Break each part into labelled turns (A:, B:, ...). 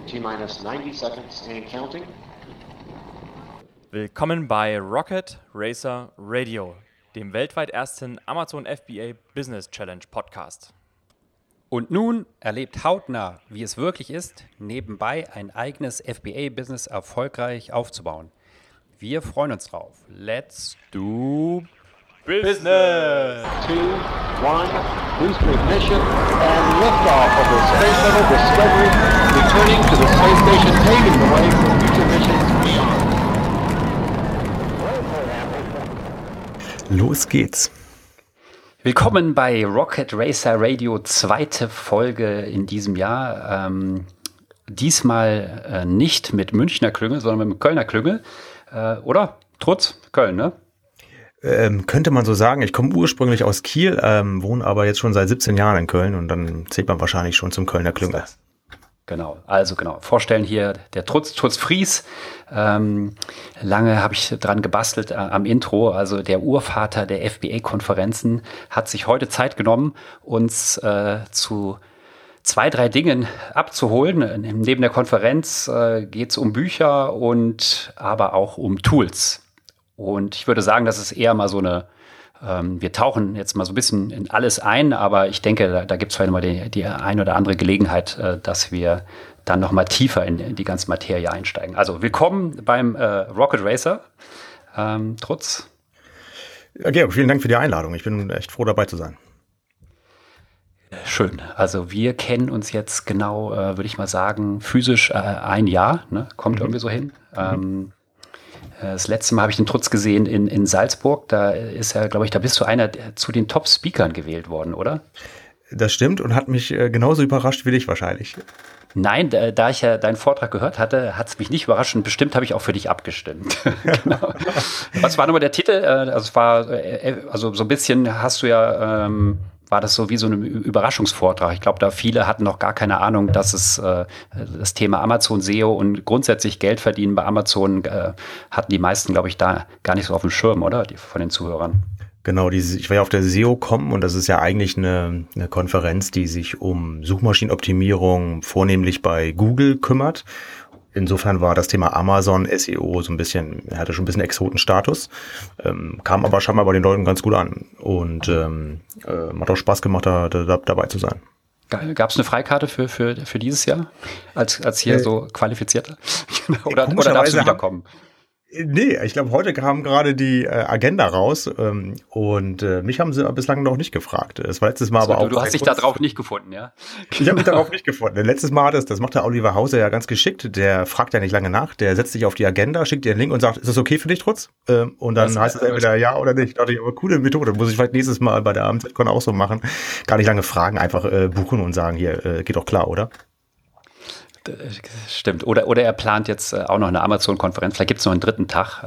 A: T-minus 90 seconds and counting.
B: Willkommen bei Rocket Racer Radio, dem weltweit ersten Amazon FBA Business Challenge Podcast.
C: Und nun erlebt hautnah, wie es wirklich ist, nebenbei ein eigenes FBA-Business erfolgreich aufzubauen. Wir freuen uns drauf. Let's do Business!
A: 2, 1, booster ignition, and liftoff of the Space Shuttle Discovery, returning to the space station, paving the way for future missions beyond.
D: Los geht's.
C: Willkommen bei Rocket Racer Radio, zweite Folge in diesem Jahr. Diesmal nicht mit Münchner Klüngel, sondern mit Kölner Klüngel. Oder? Trotz Köln, ne?
D: Könnte man so sagen. Ich komme ursprünglich aus Kiel, wohne aber jetzt schon seit 17 Jahren in Köln und dann zählt man wahrscheinlich schon zum Kölner Klüngel.
C: Genau, vorstellen hier der Trutz Fries. Lange habe ich dran gebastelt am Intro. Also der Urvater der FBA-Konferenzen hat sich heute Zeit genommen, uns zu 2, 3 Dingen abzuholen. Neben der Konferenz geht es um Bücher und aber auch um Tools. Und ich würde sagen, das ist eher mal so eine, wir tauchen jetzt mal so ein bisschen in alles ein, aber ich denke, da gibt es vielleicht mal die ein oder andere Gelegenheit, dass wir dann noch mal tiefer in die ganze Materie einsteigen. Also willkommen beim Rocket Racer. Trutz.
D: Ja, Georg, vielen Dank für die Einladung. Ich bin echt froh, dabei zu sein.
C: Schön. Also wir kennen uns jetzt genau, würde ich mal sagen, physisch ein Jahr. Ne? Kommt irgendwie so hin. Das letzte Mal habe ich den Trutz gesehen in Salzburg. Da ist ja, glaube ich, da bist du einer zu den Top-Speakern gewählt worden, oder?
D: Das stimmt und hat mich genauso überrascht wie dich wahrscheinlich.
C: Nein, da ich ja deinen Vortrag gehört hatte, hat es mich nicht überrascht und bestimmt habe ich auch für dich abgestimmt. Genau. Was war nochmal der Titel? Es war, also so ein bisschen hast du ja, war das so wie so ein Überraschungsvortrag. Ich glaube, da viele hatten noch gar keine Ahnung, dass es das Thema Amazon SEO und grundsätzlich Geld verdienen bei Amazon hatten die meisten, glaube ich, da gar nicht so auf dem Schirm, oder? Von den Zuhörern.
D: Genau, ich war ja auf der SEO-Com und das ist ja eigentlich eine Konferenz, die sich um Suchmaschinenoptimierung vornehmlich bei Google kümmert. Insofern war das Thema Amazon SEO so ein bisschen, hatte schon ein bisschen Exotenstatus, kam aber scheinbar bei den Leuten ganz gut an und hat auch Spaß gemacht, da dabei zu sein.
C: Gab es eine Freikarte für dieses Jahr als hier so Qualifizierter? oder darfst du wiederkommen?
D: Nee, ich glaube, heute kam gerade die Agenda raus und mich haben sie bislang noch nicht gefragt. Es war letztes Mal aber auch.
C: Du hast dich da drauf nicht gefunden, ja?
D: Ich habe mich darauf nicht gefunden. Letztes Mal das macht der Oliver Hauser ja ganz geschickt. Der fragt ja nicht lange nach. Der setzt sich auf die Agenda, schickt dir einen Link und sagt, ist das okay für dich, Trutz? Und dann heißt es entweder ja oder nicht. Da dachte ich, aber coole Methode. Muss ich vielleicht nächstes Mal bei der AMZ-Con auch so machen. Gar nicht lange fragen, einfach buchen und sagen, hier, geht doch klar, oder?
C: Stimmt. Oder er plant jetzt auch noch eine Amazon-Konferenz. Vielleicht gibt es noch einen dritten Tag.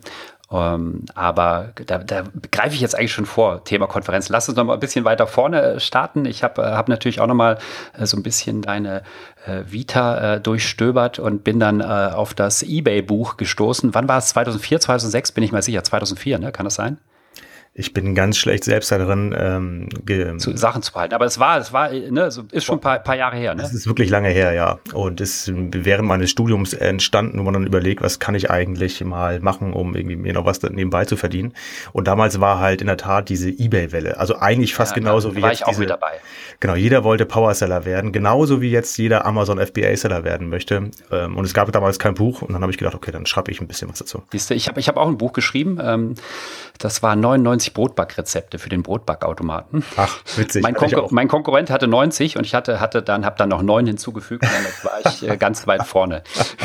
C: Aber da greife ich jetzt eigentlich schon vor, Thema Konferenz. Lass uns noch mal ein bisschen weiter vorne starten. Ich hab natürlich auch noch mal so ein bisschen deine Vita durchstöbert und bin dann auf das eBay-Buch gestoßen. Wann war es? 2004, 2006? Bin ich mal sicher. 2004, ne? Kann das sein?
D: Ich bin ganz schlecht selbst da drin,
C: Sachen zu behalten. Aber es war, ne, ist schon ein paar Jahre her, ne?
D: Das ist wirklich lange her, ja. Und ist während meines Studiums entstanden, wo man dann überlegt, was kann ich eigentlich mal machen, um irgendwie mir noch was nebenbei zu verdienen. Und damals war halt in der Tat diese eBay-Welle. Also eigentlich fast genauso wie
C: war
D: jetzt.
C: Ich auch mit dabei.
D: Genau, jeder wollte Powerseller werden, genauso wie jetzt jeder Amazon FBA-Seller werden möchte. Und es gab damals kein Buch und dann habe ich gedacht, okay, dann schreibe ich ein bisschen was dazu.
C: Siehst du, ich hab auch ein Buch geschrieben. Das war 99 Brotbackrezepte für den Brotbackautomaten.
D: Ach, witzig.
C: Mein Konkurrent hatte 90 und ich habe dann noch 9 hinzugefügt und dann war ich ganz weit vorne.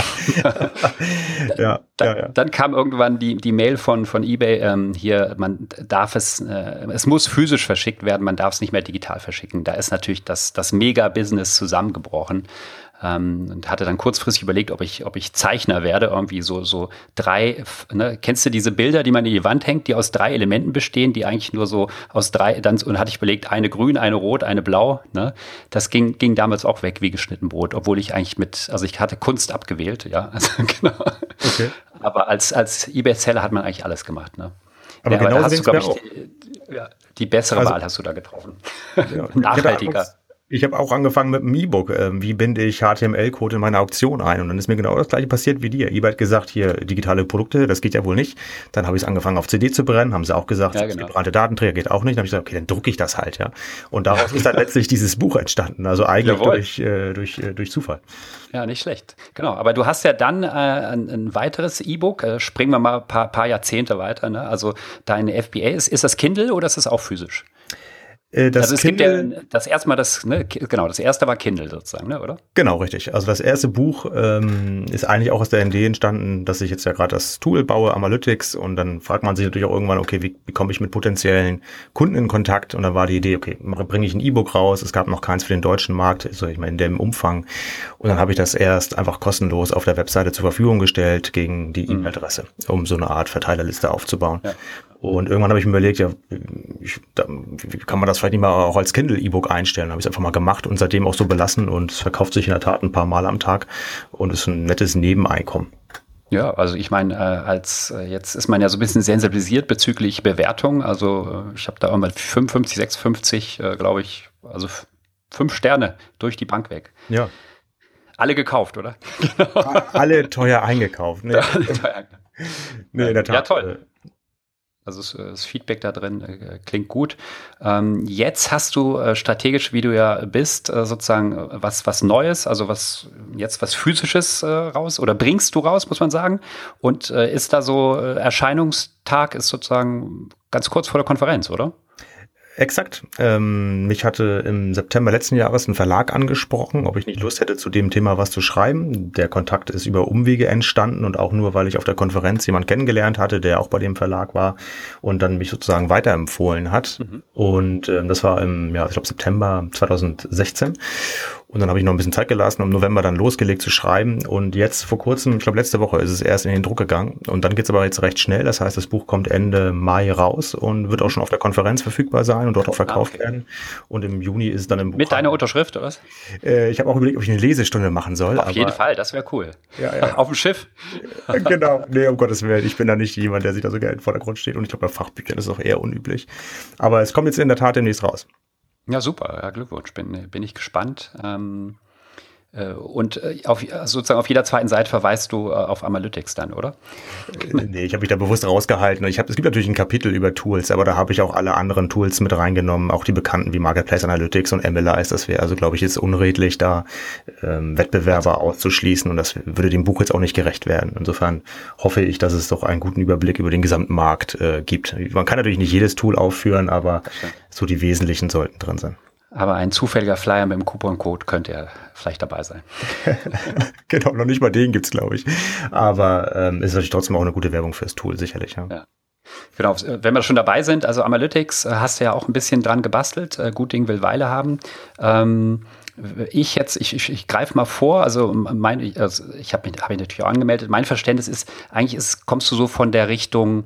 C: Dann kam irgendwann die Mail von eBay, hier, man darf es muss physisch verschickt werden, man darf es nicht mehr digital verschicken. Da ist natürlich das Mega-Business zusammengebrochen. Und hatte dann kurzfristig überlegt, ob ich Zeichner werde, irgendwie so 3, ne? Kennst du diese Bilder, die man in die Wand hängt, die aus 3 Elementen bestehen, die eigentlich nur so aus 3, und hatte ich überlegt, eine grün, eine rot, eine blau, ne? Das ging damals auch weg wie geschnitten Brot, obwohl ich eigentlich ich hatte Kunst abgewählt, ja, also genau. Okay. Aber als eBay-Seller hat man eigentlich alles gemacht, ne?
D: Aber genau
C: hast du, glaube ich, die bessere Wahl hast du da getroffen.
D: Ja,
C: Nachhaltiger.
D: Ich habe auch angefangen mit einem E-Book. Wie binde ich HTML-Code in meine Auktion ein? Und dann ist mir genau das gleiche passiert wie dir. eBay hat gesagt, hier digitale Produkte, das geht ja wohl nicht. Dann habe ich es angefangen auf CD zu brennen, haben sie auch gesagt,
C: Ja, genau.
D: gebrannte Datenträger geht auch nicht. Dann habe ich gesagt, okay, dann drucke ich das halt, ja. Und daraus ist dann letztlich dieses Buch entstanden. Also eigentlich durch Zufall.
C: Ja, nicht schlecht. Genau, aber du hast ja dann ein weiteres E-Book, springen wir mal ein paar Jahrzehnte weiter, ne? Also deine FBA, ist das Kindle oder ist das auch physisch?
D: Das
C: es gibt ja das erste Mal das erste war Kindle sozusagen, ne, oder?
D: Genau, richtig. Also das erste Buch ist eigentlich auch aus der Idee entstanden, dass ich jetzt ja gerade das Tool baue, Analytics, und dann fragt man sich natürlich auch irgendwann, okay, wie komme ich mit potenziellen Kunden in Kontakt? Und dann war die Idee, okay, bringe ich ein E-Book raus, es gab noch keins für den deutschen Markt, also ich meine in dem Umfang, und dann habe ich das erst einfach kostenlos auf der Webseite zur Verfügung gestellt gegen die E-Mail-Adresse, um so eine Art Verteilerliste aufzubauen. Ja. Und irgendwann habe ich mir überlegt, ja, wie kann man das vielleicht nicht mal auch als Kindle-E-Book einstellen? Habe ich es einfach mal gemacht und seitdem auch so belassen, und es verkauft sich in der Tat ein paar Mal am Tag und ist ein nettes Nebeneinkommen.
C: Ja, also ich meine, jetzt ist man ja so ein bisschen sensibilisiert bezüglich Bewertung. Also ich habe da irgendwann 55, 56, glaube ich, also 5 Sterne durch die Bank weg.
D: Ja.
C: Alle gekauft, oder?
D: Alle teuer eingekauft. Nee. Nee, in der Tat.
C: Ja, toll. Also das Feedback da drin klingt gut. Jetzt hast du strategisch, wie du ja bist, sozusagen was Neues, also was Physisches raus, oder bringst du raus, muss man sagen. Und ist da so Erscheinungstag ist sozusagen ganz kurz vor der Konferenz, oder?
D: Exakt. Mich hatte im September letzten Jahres ein Verlag angesprochen, ob ich nicht Lust hätte, zu dem Thema was zu schreiben. Der Kontakt ist über Umwege entstanden und auch nur, weil ich auf der Konferenz jemanden kennengelernt hatte, der auch bei dem Verlag war und dann mich sozusagen weiterempfohlen hat. Mhm. Und das war im, ich glaube, September 2016. Und dann habe ich noch ein bisschen Zeit gelassen, im November dann losgelegt zu schreiben. Und jetzt vor kurzem, ich glaube letzte Woche, ist es erst in den Druck gegangen. Und dann geht's aber jetzt recht schnell. Das heißt, das Buch kommt Ende Mai raus und wird auch schon auf der Konferenz verfügbar sein und dort auch verkauft werden. Und im Juni ist es dann im Buch.
C: Mit deiner Unterschrift, oder was?
D: Ich habe auch überlegt, ob ich eine Lesestunde machen soll.
C: Auf jeden Fall, das wäre cool.
D: Ja.
C: Auf dem Schiff.
D: Genau. Nee, um Gottes Willen. Ich bin da nicht jemand, der sich da so gerne im Vordergrund steht. Und ich glaube, bei Fachbüchern ist es auch eher unüblich. Aber es kommt jetzt in der Tat demnächst raus.
C: Ja, super. Ja, Glückwunsch. Bin ich gespannt. Und sozusagen auf jeder zweiten Seite verweist du auf Analytics dann, oder?
D: Nee, ich habe mich da bewusst rausgehalten. Es gibt natürlich ein Kapitel über Tools, aber da habe ich auch alle anderen Tools mit reingenommen, auch die bekannten wie Marketplace Analytics und MLIs. Das wäre also, glaube ich, jetzt unredlich, da Wettbewerber auszuschließen, und das würde dem Buch jetzt auch nicht gerecht werden. Insofern hoffe ich, dass es doch einen guten Überblick über den gesamten Markt gibt. Man kann natürlich nicht jedes Tool aufführen, aber so die wesentlichen sollten drin sein.
C: Aber ein zufälliger Flyer mit dem Couponcode könnte ja vielleicht dabei sein.
D: Genau, noch nicht mal den gibt's, glaube ich. Aber ist natürlich trotzdem auch eine gute Werbung fürs Tool, sicherlich. Ja.
C: Genau, wenn wir schon dabei sind, also Analytics hast du ja auch ein bisschen dran gebastelt. Gut Ding will Weile haben. Ich greife mal vor, ich habe mich natürlich auch angemeldet. Mein Verständnis ist, eigentlich kommst du so von der Richtung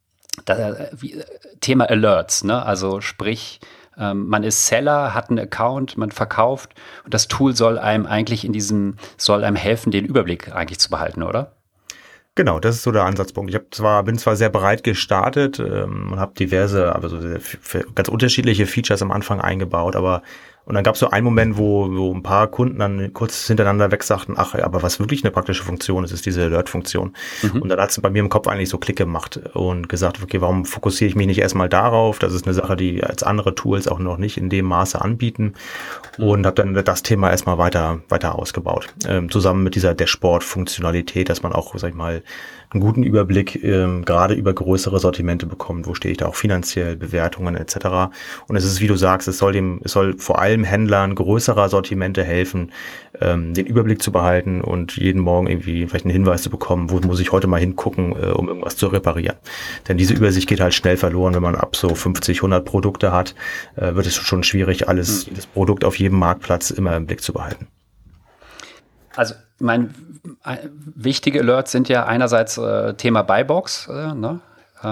C: Thema Alerts, ne? Also sprich, man ist Seller, hat einen Account, man verkauft, und das Tool soll einem helfen, den Überblick eigentlich zu behalten, oder?
D: Genau, das ist so der Ansatzpunkt. Bin zwar sehr breit gestartet und habe diverse, aber so ganz unterschiedliche Features am Anfang eingebaut, und dann gab es so einen Moment, wo ein paar Kunden dann kurz hintereinander weg sagten, ach, aber was wirklich eine praktische Funktion ist diese Alert-Funktion. Mhm. Und dann hat es bei mir im Kopf eigentlich so Klick gemacht und gesagt, okay, warum fokussiere ich mich nicht erstmal darauf? Das ist eine Sache, die als andere Tools auch noch nicht in dem Maße anbieten. Und habe dann das Thema erstmal weiter ausgebaut. Zusammen mit dieser Dashboard-Funktionalität, dass man auch, sag ich mal, einen guten Überblick gerade über größere Sortimente bekommt. Wo stehe ich da auch finanziell, Bewertungen etc. Und es ist, wie du sagst, es soll vor allem Händlern größerer Sortimente helfen, den Überblick zu behalten und jeden Morgen irgendwie vielleicht einen Hinweis zu bekommen, wo muss ich heute mal hingucken, um irgendwas zu reparieren. Denn diese Übersicht geht halt schnell verloren, wenn man ab so 50, 100 Produkte hat, wird es schon schwierig, jedes Produkt auf jedem Marktplatz immer im Blick zu behalten.
C: Also wichtige Alerts sind ja einerseits Thema Buybox, ne?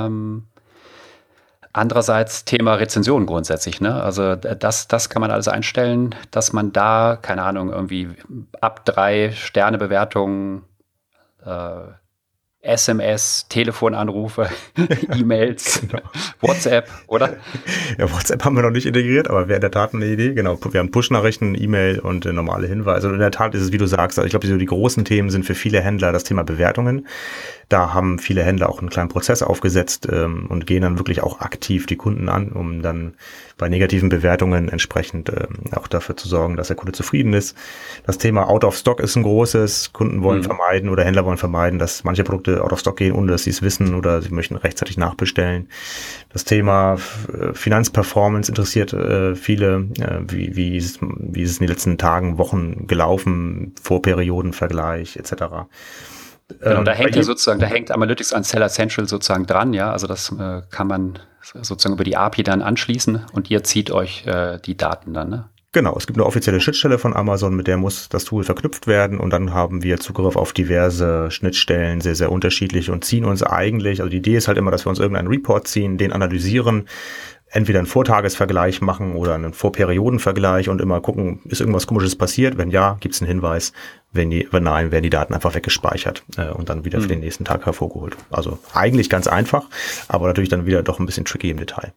C: Andererseits Thema Rezension grundsätzlich, ne? Also das kann man alles einstellen, dass man da, keine Ahnung, irgendwie ab 3 Sterne Bewertungen SMS, Telefonanrufe, E-Mails, genau. WhatsApp, oder?
D: Ja, WhatsApp haben wir noch nicht integriert, aber wäre in der Tat eine Idee. Genau, wir haben Push-Nachrichten, E-Mail und normale Hinweise. Und in der Tat ist es, wie du sagst, also ich glaube, die großen Themen sind für viele Händler das Thema Bewertungen. Da haben viele Händler auch einen kleinen Prozess aufgesetzt und gehen dann wirklich auch aktiv die Kunden an, um dann bei negativen Bewertungen entsprechend auch dafür zu sorgen, dass der Kunde zufrieden ist. Das Thema Out of Stock ist ein großes. Kunden wollen vermeiden oder Händler wollen vermeiden, dass manche Produkte out of stock gehen, ohne dass sie es wissen oder sie möchten rechtzeitig nachbestellen. Das Thema Finanzperformance interessiert viele. Wie ist es in den letzten Tagen, Wochen gelaufen, Vorperiodenvergleich etc.
C: Genau, da hängt Analytics an Seller Central sozusagen dran, ja, also das kann man sozusagen über die API dann anschließen und ihr zieht euch die Daten dann, ne?
D: Genau, es gibt eine offizielle Schnittstelle von Amazon, mit der muss das Tool verknüpft werden und dann haben wir Zugriff auf diverse Schnittstellen, sehr, sehr unterschiedlich und ziehen uns eigentlich, also die Idee ist halt immer, dass wir uns irgendeinen Report ziehen, den analysieren, entweder einen Vortagesvergleich machen oder einen Vorperiodenvergleich und immer gucken, ist irgendwas Komisches passiert? Wenn ja, gibt es einen Hinweis. Wenn nein, werden die Daten einfach weggespeichert und dann wieder für den nächsten Tag hervorgeholt. Also eigentlich ganz einfach, aber natürlich dann wieder doch ein bisschen tricky im Detail.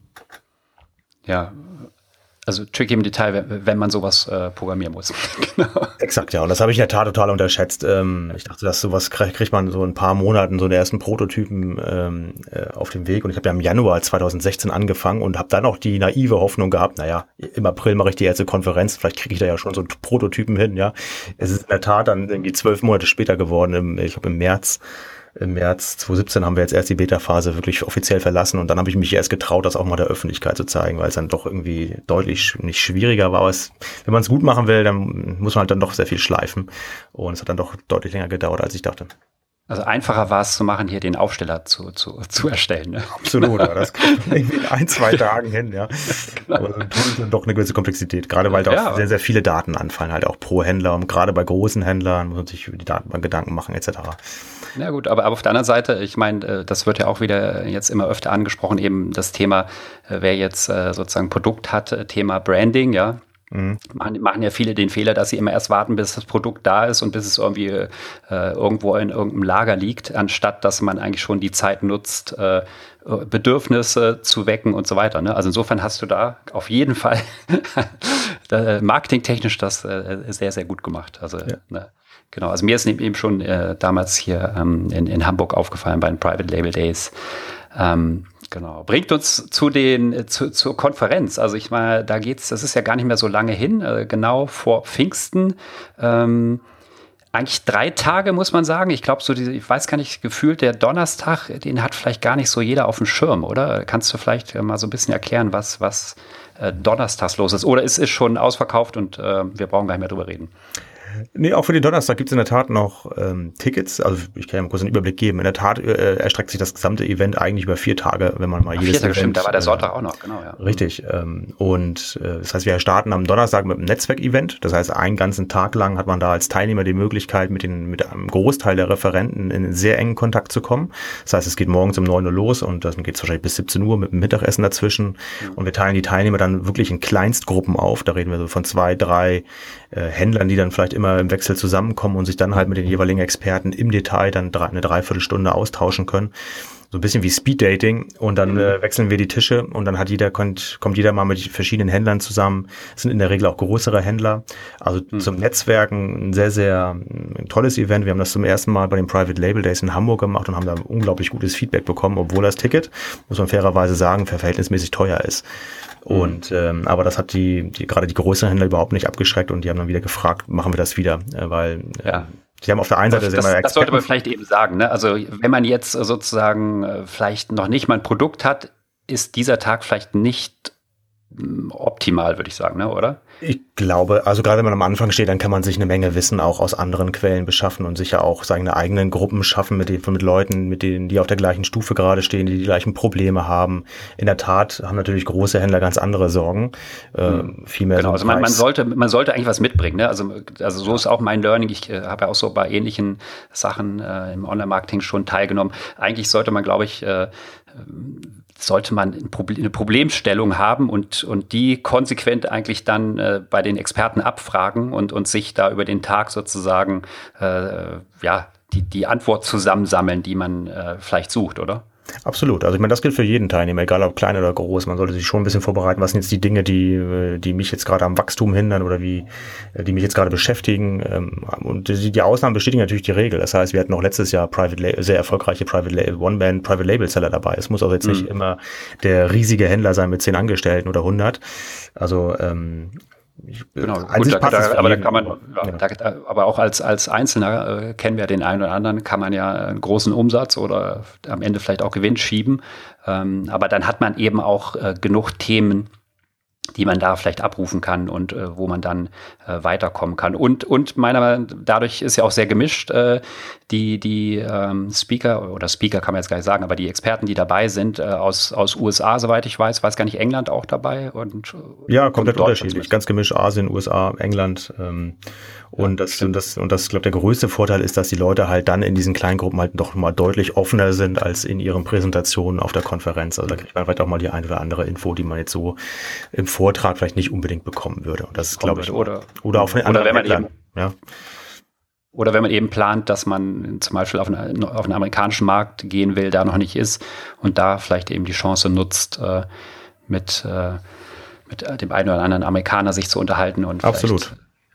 C: Ja, also tricky im Detail, wenn man sowas programmieren muss. Genau.
D: Exakt, ja. Und das habe ich in der Tat total unterschätzt. Ich dachte, dass sowas kriegt man so in ein paar Monaten, so den ersten Prototypen auf dem Weg. Und ich habe ja im Januar 2016 angefangen und habe dann auch die naive Hoffnung gehabt, naja, im April mache ich die erste Konferenz, vielleicht kriege ich da ja schon so einen Prototypen hin, ja. Es ist in der Tat dann irgendwie 12 Monate später geworden, ich glaube im März 2017 haben wir jetzt erst die Beta-Phase wirklich offiziell verlassen und dann habe ich mich erst getraut, das auch mal der Öffentlichkeit zu zeigen, weil es dann doch irgendwie deutlich nicht schwieriger war. Wenn man es gut machen will, dann muss man halt dann doch sehr viel schleifen und es hat dann doch deutlich länger gedauert, als ich dachte.
C: Also einfacher war es zu machen, hier den Aufsteller zu erstellen. Ne?
D: Absolut, ja, das kommt irgendwie in 1-2 Tagen hin, ja. Genau. Aber das ist dann doch eine gewisse Komplexität, gerade weil da auch sehr, sehr viele Daten anfallen, halt auch pro Händler und gerade bei großen Händlern muss man sich über die Datenbank Gedanken machen etc.
C: Ja gut, aber auf der anderen Seite, ich meine, das wird ja auch wieder jetzt immer öfter angesprochen, eben das Thema, wer jetzt sozusagen Produkt hat, Thema Branding, ja. Machen ja viele den Fehler, dass sie immer erst warten, bis das Produkt da ist und bis es irgendwie irgendwo in irgendeinem Lager liegt, anstatt dass man eigentlich schon die Zeit nutzt, Bedürfnisse zu wecken und so weiter. Ne? Also insofern hast du da auf jeden Fall marketingtechnisch das sehr, sehr gut gemacht. Also ne? Genau, also mir ist eben schon damals hier in Hamburg aufgefallen bei den Private Label Days. Genau, bringt uns zur Konferenz. Also ich meine, da geht's, das ist ja gar nicht mehr so lange hin, genau vor Pfingsten. Eigentlich 3 Tage, muss man sagen. Ich glaube, ich weiß gar nicht, gefühlt der Donnerstag, den hat vielleicht gar nicht so jeder auf dem Schirm, oder? Kannst du vielleicht mal so ein bisschen erklären, was donnerstags los ist? Oder es ist schon ausverkauft und wir brauchen gar nicht mehr drüber reden.
D: Nee, auch für den Donnerstag gibt es in der Tat noch Tickets. Also ich kann ja mal kurz einen Überblick geben. In der Tat erstreckt sich das gesamte Event eigentlich über 4 Tage, wenn man mal jedes
C: 4 Tage,
D: Event...
C: Stimmt, da war der Sonntag auch noch, genau, ja.
D: Richtig. Das heißt, wir starten am Donnerstag mit einem Netzwerkevent. Das heißt, einen ganzen Tag lang hat man da als Teilnehmer die Möglichkeit, mit einem Großteil der Referenten in sehr engen Kontakt zu kommen. Das heißt, es geht morgens um 9 Uhr los und dann geht es wahrscheinlich bis 17 Uhr mit dem Mittagessen dazwischen. Und wir teilen die Teilnehmer dann wirklich in Kleinstgruppen auf. Da reden wir so von 2, 3 Händlern, die dann vielleicht immer im Wechsel zusammenkommen und sich dann halt mit den jeweiligen Experten im Detail dann eine Dreiviertelstunde austauschen können. So ein bisschen wie Speeddating und dann wechseln wir die Tische und dann kommt jeder mal mit verschiedenen Händlern zusammen. Es sind in der Regel auch größere Händler. Also zum Netzwerken ein sehr, sehr tolles Event. Wir haben das zum ersten Mal bei den Private Label Days in Hamburg gemacht und haben da unglaublich gutes Feedback bekommen, obwohl das Ticket, muss man fairerweise sagen, verhältnismäßig teuer ist. Und aber das hat gerade die größeren Händler überhaupt nicht abgeschreckt und die haben dann wieder gefragt, machen wir das wieder, weil die haben auf der einen Seite
C: das sollte man vielleicht eben sagen, ne? Also wenn man jetzt sozusagen vielleicht noch nicht mal ein Produkt hat, ist dieser Tag vielleicht nicht optimal, würde ich sagen, ne, oder?
D: Ich glaube, also gerade wenn man am Anfang steht, dann kann man sich eine Menge Wissen auch aus anderen Quellen beschaffen und sicher auch seine eigenen Gruppen schaffen mit Leuten, mit denen, die auf der gleichen Stufe gerade stehen, die gleichen Probleme haben. In der Tat haben natürlich große Händler ganz andere Sorgen. Viel mehr.
C: Genau, also man sollte eigentlich was mitbringen, ne? Also so ist auch mein Learning. Ich habe ja auch so bei ähnlichen Sachen im Online-Marketing schon teilgenommen. Eigentlich sollte man, glaube ich, eine Problemstellung haben und die konsequent eigentlich dann bei den Experten abfragen und sich da über den Tag sozusagen die Antwort zusammensammeln, die man vielleicht sucht, oder?
D: Absolut. Also ich meine, das gilt für jeden Teilnehmer, egal ob klein oder groß. Man sollte sich schon ein bisschen vorbereiten, was sind jetzt die Dinge, die mich jetzt gerade am Wachstum hindern oder die mich jetzt gerade beschäftigen. Und die Ausnahmen bestätigen natürlich die Regel. Das heißt, wir hatten auch letztes Jahr sehr erfolgreiche One-Man Private Label Seller dabei. Es muss auch jetzt nicht immer der riesige Händler sein mit 10 Angestellten oder 100. Also
C: genau, gut, aber da kann man, aber auch als Einzelner kennen wir den einen oder anderen, kann man ja einen großen Umsatz oder am Ende vielleicht auch Gewinn schieben. Aber dann hat man eben auch genug Themen, die man da vielleicht abrufen kann und wo man dann weiterkommen kann. Und dadurch ist ja auch sehr gemischt, die Speaker, oder Speaker kann man jetzt gar nicht sagen, aber die Experten, die dabei sind, aus USA, soweit ich weiß gar nicht, England auch dabei?
D: Ja, komplett unterschiedlich, ganz gemischt, Asien, USA, England. Und das, ich glaube, der größte Vorteil ist, dass die Leute halt dann in diesen kleinen Gruppen halt doch mal deutlich offener sind als in ihren Präsentationen auf der Konferenz. Also da kriegt man vielleicht auch mal die ein oder andere Info, die man jetzt so im Vortrag vielleicht nicht unbedingt bekommen würde. Und das ist, glaube ich, oder auch von den anderen Händlern. Ja.
C: Oder wenn man eben plant, dass man zum Beispiel auf einen amerikanischen Markt gehen will, da noch nicht ist und da vielleicht eben die Chance nutzt, mit dem einen oder anderen Amerikaner sich zu unterhalten und
D: Absolut,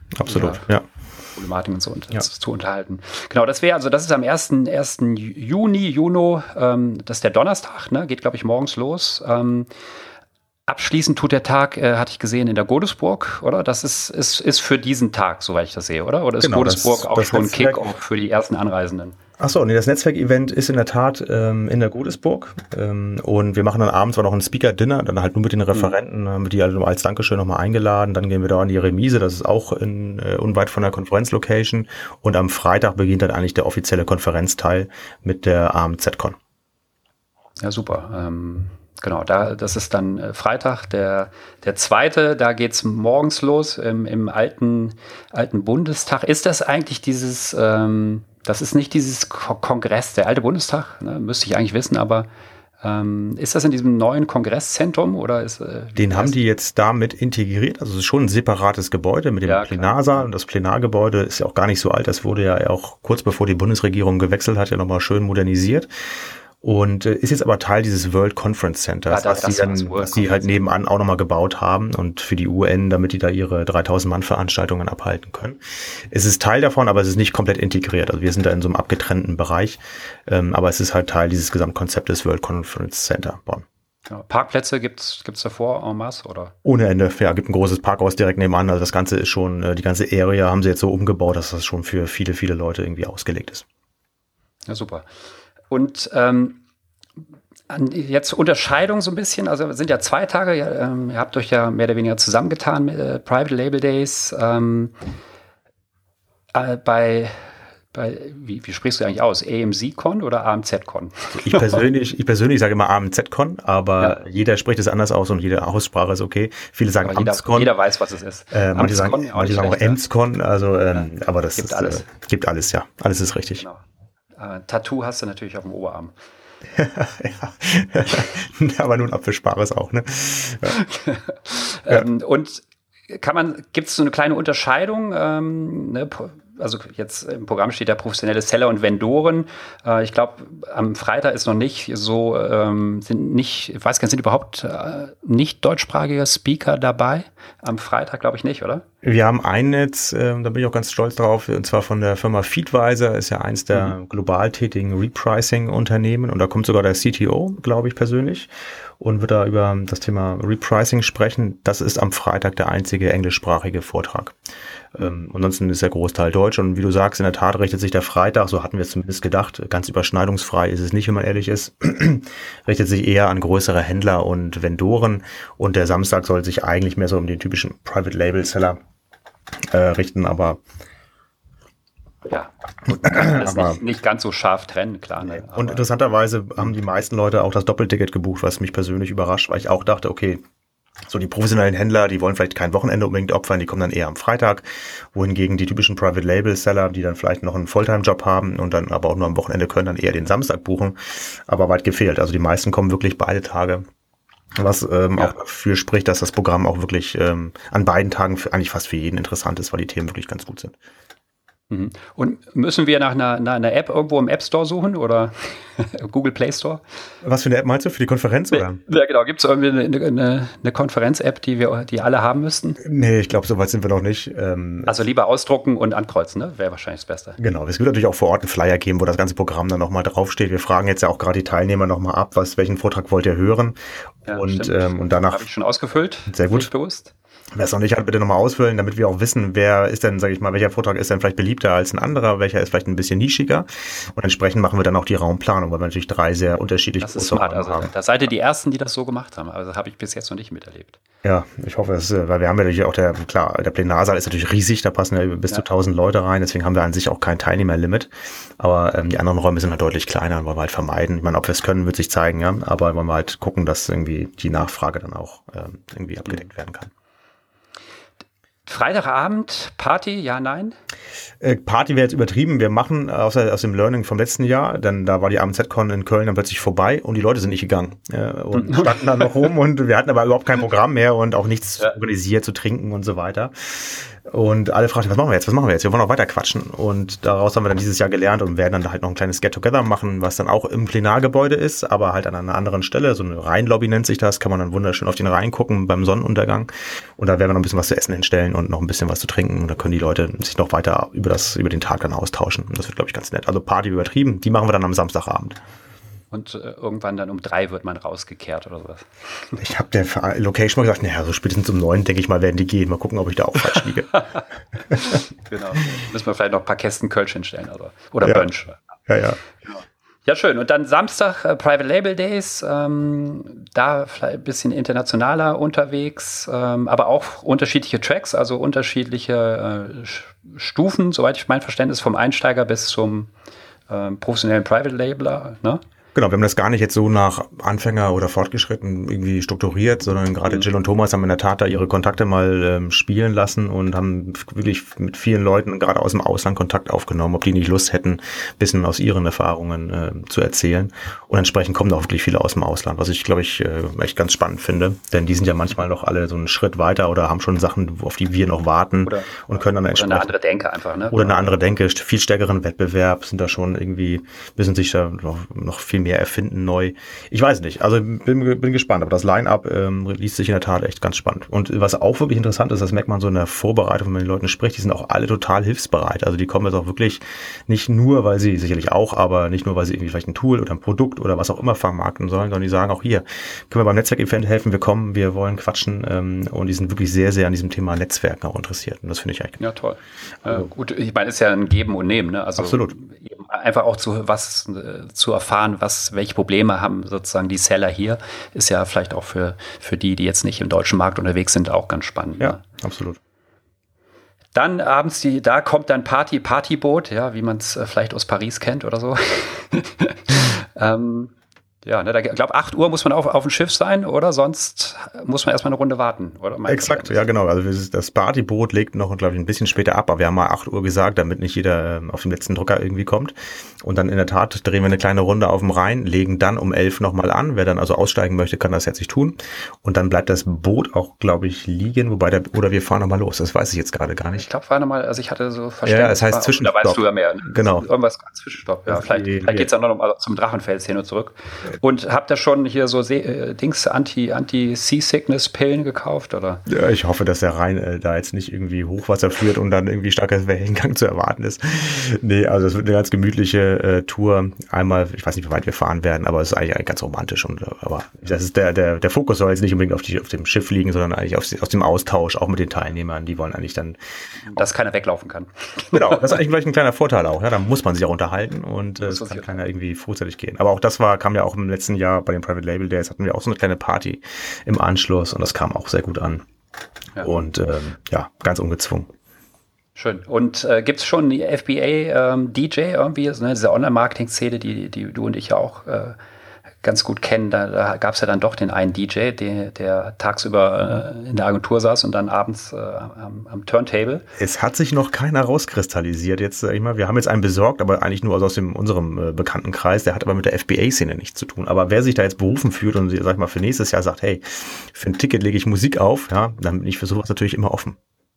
D: ja.
C: Problematiken und so zu unterhalten. Genau, das ist am 1. Juni, das ist der Donnerstag, ne? Geht, glaube ich, morgens los. Abschließend tut der Tag, hatte ich gesehen, in der Godesburg, oder? Das ist für diesen Tag, soweit ich das sehe, oder? Oder ist genau, Godesburg auch schon ein Kick-Off für die ersten Anreisenden?
D: Achso, nee, das Netzwerkevent ist in der Tat in der Godesburg und wir machen dann abends auch noch ein Speaker-Dinner, dann halt nur mit den Referenten, haben wir die also als Dankeschön nochmal eingeladen, dann gehen wir da an die Remise, das ist auch unweit von der Konferenzlocation und am Freitag beginnt dann eigentlich der offizielle Konferenzteil mit der AMZ-Con.
C: Ja, super. Genau, das ist dann Freitag, der 2., da geht's morgens los im alten Bundestag. Ist das eigentlich dieses, das ist nicht dieses Kongress, der alte Bundestag, ne? Müsste ich eigentlich wissen, aber ist das in diesem neuen Kongresszentrum oder ist
D: den haben die jetzt damit integriert, also es ist schon ein separates Gebäude mit dem Plenarsaal und das Plenargebäude ist ja auch gar nicht so alt, das wurde ja auch kurz bevor die Bundesregierung gewechselt hat, ja nochmal schön modernisiert. Und ist jetzt aber Teil dieses World Conference Centers, was die halt nebenan auch nochmal gebaut haben und für die UN, damit die da ihre 3000 Mann Veranstaltungen abhalten können. Es ist Teil davon, aber es ist nicht komplett integriert. Also wir sind da in so einem abgetrennten Bereich, aber es ist halt Teil dieses Gesamtkonzeptes World Conference Center Bonn.
C: Ja, Parkplätze gibt's davor en masse, oder?
D: Ohne Ende, ja, gibt ein großes Parkhaus direkt nebenan. Also das Ganze ist schon, die ganze Area haben sie jetzt so umgebaut, dass das schon für viele, viele Leute irgendwie ausgelegt ist.
C: Ja, super. Und jetzt Unterscheidung so ein bisschen, also es sind ja 2 Tage, ihr habt euch ja mehr oder weniger zusammengetan mit Private Label Days. Wie sprichst du eigentlich aus? AMZ-Con oder AMZ-Con?
D: Ich persönlich sage immer AMZ-Con, aber jeder spricht es anders aus und jede Aussprache ist okay. Viele sagen AMZ-Con.
C: Jeder weiß, was es ist.
D: Manche sagen auch AMZ-Con, also, aber das gibt alles, ja. Alles ist richtig.
C: Genau. Tattoo hast du natürlich auf dem Oberarm.
D: Ja, aber nun abwischbares auch, ne? Ja.
C: Und gibt es so eine kleine Unterscheidung, ne? Also jetzt im Programm steht ja professionelle Seller und Vendoren. Ich glaube, am Freitag ist noch nicht so, ich weiß gar nicht, sind überhaupt nicht deutschsprachige Speaker dabei? Am Freitag glaube ich nicht, oder?
D: Wir haben einen jetzt, da bin ich auch ganz stolz drauf, und zwar von der Firma Feedvisor, ist ja eins der global tätigen Repricing-Unternehmen und da kommt sogar der CTO, glaube ich persönlich, und wird da über das Thema Repricing sprechen. Das ist am Freitag der einzige englischsprachige Vortrag. Ansonsten ist der Großteil deutsch und wie du sagst, in der Tat richtet sich der Freitag, so hatten wir es zumindest gedacht, ganz überschneidungsfrei ist es nicht, wenn man ehrlich ist, richtet sich eher an größere Händler und Vendoren und der Samstag soll sich eigentlich mehr so um den typischen Private Label Seller richten, aber
C: ja, gut, man kann das nicht ganz so scharf trennen, klar. Ne?
D: Und interessanterweise haben die meisten Leute auch das Doppelticket gebucht, was mich persönlich überrascht, weil ich auch dachte, okay, so die professionellen Händler, die wollen vielleicht kein Wochenende unbedingt opfern, die kommen dann eher am Freitag, wohingegen die typischen Private Label Seller, die dann vielleicht noch einen Fulltime-Job haben und dann aber auch nur am Wochenende können, dann eher den Samstag buchen, aber weit gefehlt. Also die meisten kommen wirklich beide Tage, was auch dafür spricht, dass das Programm auch wirklich an beiden Tagen eigentlich fast für jeden interessant ist, weil die Themen wirklich ganz gut sind.
C: Und müssen wir nach einer App irgendwo im App Store suchen oder Google Play Store?
D: Was für eine App meinst du? Für die Konferenz, oder?
C: Ja, genau. Gibt es irgendwie eine Konferenz-App, die alle haben müssten?
D: Nee, ich glaube, so weit sind wir noch nicht.
C: Also lieber ausdrucken und ankreuzen, ne? Wäre wahrscheinlich das Beste.
D: Genau, es wird natürlich auch vor Ort einen Flyer geben, wo das ganze Programm dann nochmal draufsteht. Wir fragen jetzt ja auch gerade die Teilnehmer nochmal ab, welchen Vortrag wollt ihr hören?
C: Ja,
D: und danach...
C: Habe ich schon ausgefüllt.
D: Sehr gut.
C: Bewusst.
D: Wer es noch nicht hat, bitte nochmal ausfüllen, damit wir auch wissen, wer ist denn, sage ich mal, welcher Vortrag ist denn vielleicht beliebter als ein anderer, welcher ist vielleicht ein bisschen nischiger. Und entsprechend machen wir dann auch die Raumplanung, weil wir natürlich 3 sehr unterschiedliche
C: Das ist smart. Also da seid ihr die Ersten, die das so gemacht haben. Also das habe ich bis jetzt noch nicht miterlebt.
D: Ja, ich hoffe, weil wir haben ja natürlich auch der Plenarsaal ist natürlich riesig, da passen ja bis zu 1000 Leute rein, deswegen haben wir an sich auch kein Teilnehmerlimit. Aber die anderen Räume sind halt deutlich kleiner, wollen wir halt vermeiden. Ich meine, ob wir es können, wird sich zeigen, ja. Aber wollen wir halt gucken, dass irgendwie die Nachfrage dann auch irgendwie abgedeckt werden kann.
C: Freitagabend, Party, ja, nein?
D: Party wäre jetzt übertrieben. Wir machen aus dem Learning vom letzten Jahr, denn da war die AMZ-Con in Köln dann plötzlich vorbei und die Leute sind nicht gegangen und standen dann noch rum und wir hatten aber überhaupt kein Programm mehr und auch nichts organisiert zu trinken und so weiter. Und alle fragten, was machen wir jetzt? Wir wollen auch weiter quatschen. Und daraus haben wir dann dieses Jahr gelernt und werden dann halt noch ein kleines Get-Together machen, was dann auch im Plenargebäude ist, aber halt an einer anderen Stelle. So eine Rheinlobby nennt sich das. Kann man dann wunderschön auf den Rhein gucken beim Sonnenuntergang. Und da werden wir noch ein bisschen was zu essen hinstellen und noch ein bisschen was zu trinken. Und da können die Leute sich noch weiter über den Tag dann austauschen. Und das wird, glaube ich, ganz nett. Also Party übertrieben, die machen wir dann am Samstagabend.
C: Und irgendwann dann um 3 wird man rausgekehrt oder sowas.
D: Ich habe der Location mal gesagt, naja, so spätestens um 9, denke ich mal, werden die gehen. Mal gucken, ob ich da auch falsch liege.
C: Genau. Müssen wir vielleicht noch ein paar Kästen Kölsch hinstellen oder Bönsch.
D: Ja.
C: Ja, schön. Und dann Samstag Private Label Days, da vielleicht ein bisschen internationaler unterwegs, aber auch unterschiedliche Tracks, also unterschiedliche Stufen, soweit ich mein Verständnis, vom Einsteiger bis zum professionellen Private Labeler, ne?
D: Genau, wir haben das gar nicht jetzt so nach Anfänger oder Fortgeschritten irgendwie strukturiert, sondern gerade Jill und Thomas haben in der Tat da ihre Kontakte mal spielen lassen und haben wirklich mit vielen Leuten gerade aus dem Ausland Kontakt aufgenommen, ob die nicht Lust hätten, ein bisschen aus ihren Erfahrungen zu erzählen. Und entsprechend kommen auch wirklich viele aus dem Ausland, was ich, glaube ich, echt ganz spannend finde, denn die sind ja manchmal noch alle so einen Schritt weiter oder haben schon Sachen, auf die wir noch warten und können dann entsprechend...
C: Oder eine andere Denke einfach, ne?
D: Oder eine andere Denke, viel stärkeren Wettbewerb, sind da schon irgendwie, müssen sich da noch viel mehr erfinden neu. Ich weiß nicht, also bin gespannt, aber das Line-Up liest sich in der Tat echt ganz spannend. Und was auch wirklich interessant ist, das merkt man so in der Vorbereitung, wenn man mit den Leuten spricht, die sind auch alle total hilfsbereit. Also die kommen jetzt auch wirklich nicht nur, weil sie sicherlich auch, aber nicht nur, weil sie irgendwie vielleicht ein Tool oder ein Produkt oder was auch immer vermarkten sollen, sondern die sagen auch hier, können wir beim Netzwerk-Event helfen, wir kommen, wir wollen quatschen und die sind wirklich sehr, sehr an diesem Thema Netzwerken auch interessiert. Und das finde ich eigentlich
C: ja toll. Gut, ich meine, es ist ja ein Geben und Nehmen, ne? Also
D: absolut.
C: Einfach auch zu erfahren, welche Probleme haben sozusagen die Seller hier, ist ja vielleicht auch für die jetzt nicht im deutschen Markt unterwegs sind, auch ganz spannend.
D: Ja,
C: ne?
D: Absolut.
C: Dann abends, da kommt dann Partyboot, ja, wie man es vielleicht aus Paris kennt oder so. Ja, ne, ich glaube, 8 Uhr muss man auf dem Schiff sein, oder? Sonst muss man erstmal eine Runde warten, oder?
D: Exakt, ja genau. Also das Partyboot legt noch, glaube ich, ein bisschen später ab, aber wir haben mal 8 Uhr gesagt, damit nicht jeder auf den letzten Drücker irgendwie kommt. Und dann in der Tat drehen wir eine kleine Runde auf dem Rhein, legen dann um 11 nochmal an. Wer dann also aussteigen möchte, kann das herzlich tun. Und dann bleibt das Boot auch, glaube ich, liegen, oder wir fahren nochmal los. Das weiß ich jetzt gerade gar nicht.
C: Ich glaube, war nochmal, also ich hatte so Verständnis.
D: Ja, es heißt Zwischenstopp.
C: Da weißt du ja mehr. Ne?
D: Genau.
C: Irgendwas Zwischenstopp. Ja, vielleicht geht es dann noch mal zum Drachenfels hin und zurück. Und habt ihr schon hier so Anti-Seasickness-Pillen gekauft, oder? Ja,
D: ich hoffe, dass der Rhein da jetzt nicht irgendwie Hochwasser führt und dann irgendwie starker Wellengang zu erwarten ist. Nee, also es wird eine ganz gemütliche Tour. Einmal, ich weiß nicht, wie weit wir fahren werden, aber es ist eigentlich ganz romantisch. Aber das ist der Fokus soll jetzt nicht unbedingt auf dem Schiff liegen, sondern eigentlich aus dem Austausch, auch mit den Teilnehmern. Die wollen eigentlich dann...
C: Dass keiner weglaufen kann.
D: Genau, das ist eigentlich vielleicht ein kleiner Vorteil auch. Ja, da muss man sich auch unterhalten und es kann keiner irgendwie frühzeitig gehen. Aber auch das kam ja auch im letzten Jahr bei den Private Label Days, hatten wir auch so eine kleine Party im Anschluss und das kam auch sehr gut an. Ja. Und ganz ungezwungen.
C: Schön. Und gibt es schon die FBA DJ irgendwie, also, ne, diese Online-Marketing-Szene, die du und ich ja auch ganz gut kennen, da gab es ja dann doch den einen DJ, der tagsüber in der Agentur saß und dann abends am Turntable.
D: Es hat sich noch keiner rauskristallisiert. Jetzt, sag ich mal, wir haben jetzt einen besorgt, aber eigentlich nur aus unserem Bekanntenkreis. Der hat aber mit der FBA-Szene nichts zu tun. Aber wer sich da jetzt berufen fühlt und, sag ich mal, für nächstes Jahr sagt, hey, für ein Ticket lege ich Musik auf, ja, dann bin ich für sowas natürlich immer offen.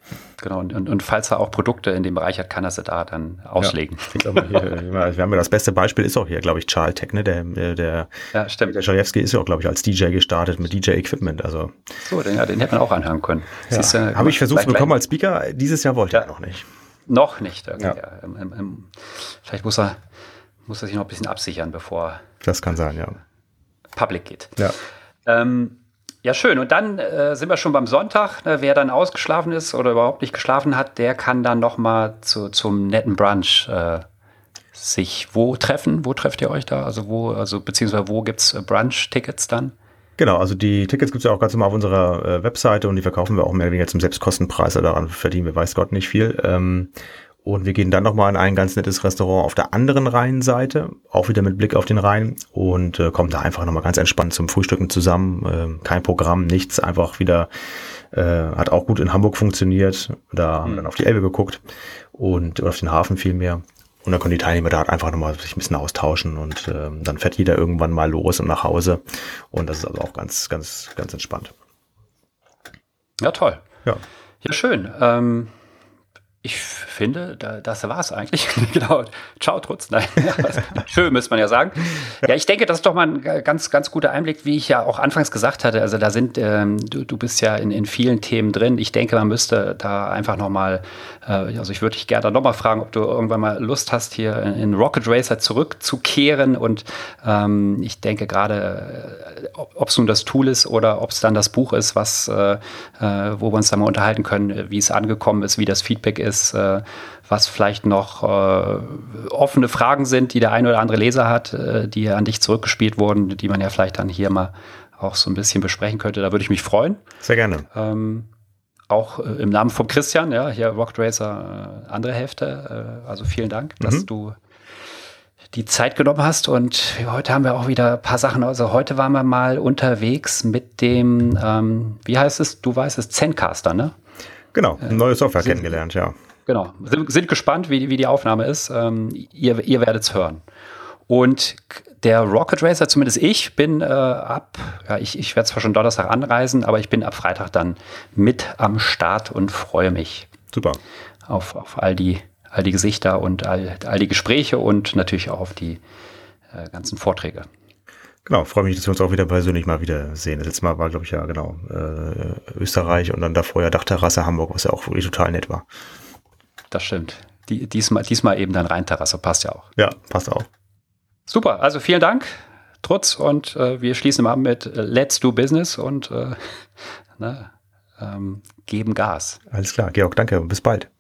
C: Genau, und falls er auch Produkte in dem Bereich hat, kann er sie da dann auslegen.
D: Ja, wir haben ja das beste Beispiel ist auch hier, glaube ich, Charles-Tech, ne? Der
C: stimmt.
D: Der Schalewski ist ja auch, glaube ich, als DJ gestartet mit DJ-Equipment. Also.
C: So, den hätte man auch anhören können.
D: Ja. Habe ich versucht zu bekommen als Speaker, dieses Jahr wollte er noch nicht.
C: Noch nicht. Okay.
D: Ja.
C: Vielleicht muss er sich noch ein bisschen absichern, bevor
D: das kann sein, ja.
C: Public geht.
D: Ja.
C: Ja, schön. Und dann sind wir schon beim Sonntag. Ne? Wer dann ausgeschlafen ist oder überhaupt nicht geschlafen hat, der kann dann noch mal zum netten Brunch sich wo treffen. Wo trefft ihr euch da? Also beziehungsweise wo gibt es Brunch-Tickets dann?
D: Genau, also die Tickets gibt es ja auch ganz normal auf unserer Webseite und die verkaufen wir auch mehr oder weniger zum Selbstkostenpreis. Also daran verdienen wir, weiß Gott, nicht viel. Und wir gehen dann nochmal in ein ganz nettes Restaurant auf der anderen Rheinseite, auch wieder mit Blick auf den Rhein und kommen da einfach nochmal ganz entspannt zum Frühstücken zusammen. Kein Programm, nichts, einfach wieder, hat auch gut in Hamburg funktioniert. Da haben wir dann auf die Elbe geguckt und auf den Hafen vielmehr. Und dann können die Teilnehmer da einfach nochmal sich ein bisschen austauschen und dann fährt jeder irgendwann mal los und nach Hause. Und das ist also auch ganz, ganz, ganz entspannt.
C: Ja, toll.
D: Ja,
C: ja schön. Ich finde, das war es eigentlich. Genau. Ciao, Trutz. Nein. Schön, müsste man ja sagen. Ja, ich denke, das ist doch mal ein ganz, ganz guter Einblick, wie ich ja auch anfangs gesagt hatte. Also da sind, du bist ja in vielen Themen drin. Ich denke, man müsste da einfach nochmal, also ich würde dich gerne nochmal fragen, ob du irgendwann mal Lust hast, hier in Rocket Racer zurückzukehren. Und ich denke gerade, ob es nun das Tool ist oder ob es dann das Buch ist, wo wir uns dann mal unterhalten können, wie es angekommen ist, wie das Feedback ist, was vielleicht noch offene Fragen sind, die der eine oder andere Leser hat, die an dich zurückgespielt wurden, die man ja vielleicht dann hier mal auch so ein bisschen besprechen könnte. Da würde ich mich freuen.
D: Sehr gerne.
C: Auch im Namen von Christian, ja, hier Rocket Racer, andere Hälfte. Also vielen Dank, dass du die Zeit genommen hast. Und heute haben wir auch wieder ein paar Sachen. Also heute waren wir mal unterwegs mit dem, wie heißt es? Du weißt es, Zencaster, ne?
D: Genau, neue Software kennengelernt, ja.
C: Genau, sind gespannt, wie die Aufnahme ist. Ihr werdet es hören. Und der Rocket Racer, zumindest ich, bin ich werde zwar schon Donnerstag anreisen, aber ich bin ab Freitag dann mit am Start und freue mich.
D: Super.
C: Auf all die Gesichter und all die Gespräche und natürlich auch auf die ganzen Vorträge.
D: Genau, freue mich, dass wir uns auch wieder persönlich mal wieder sehen. Das letzte Mal war, glaube ich, ja, genau, Österreich und dann davor ja Dachterrasse Hamburg, was ja auch wirklich total nett war.
C: Das stimmt. Diesmal eben dann Rheinterrasse, passt ja auch.
D: Ja, passt auch.
C: Super, also vielen Dank, Trutz, und wir schließen mal mit Let's Do Business und geben Gas.
D: Alles klar, Georg, danke und bis bald.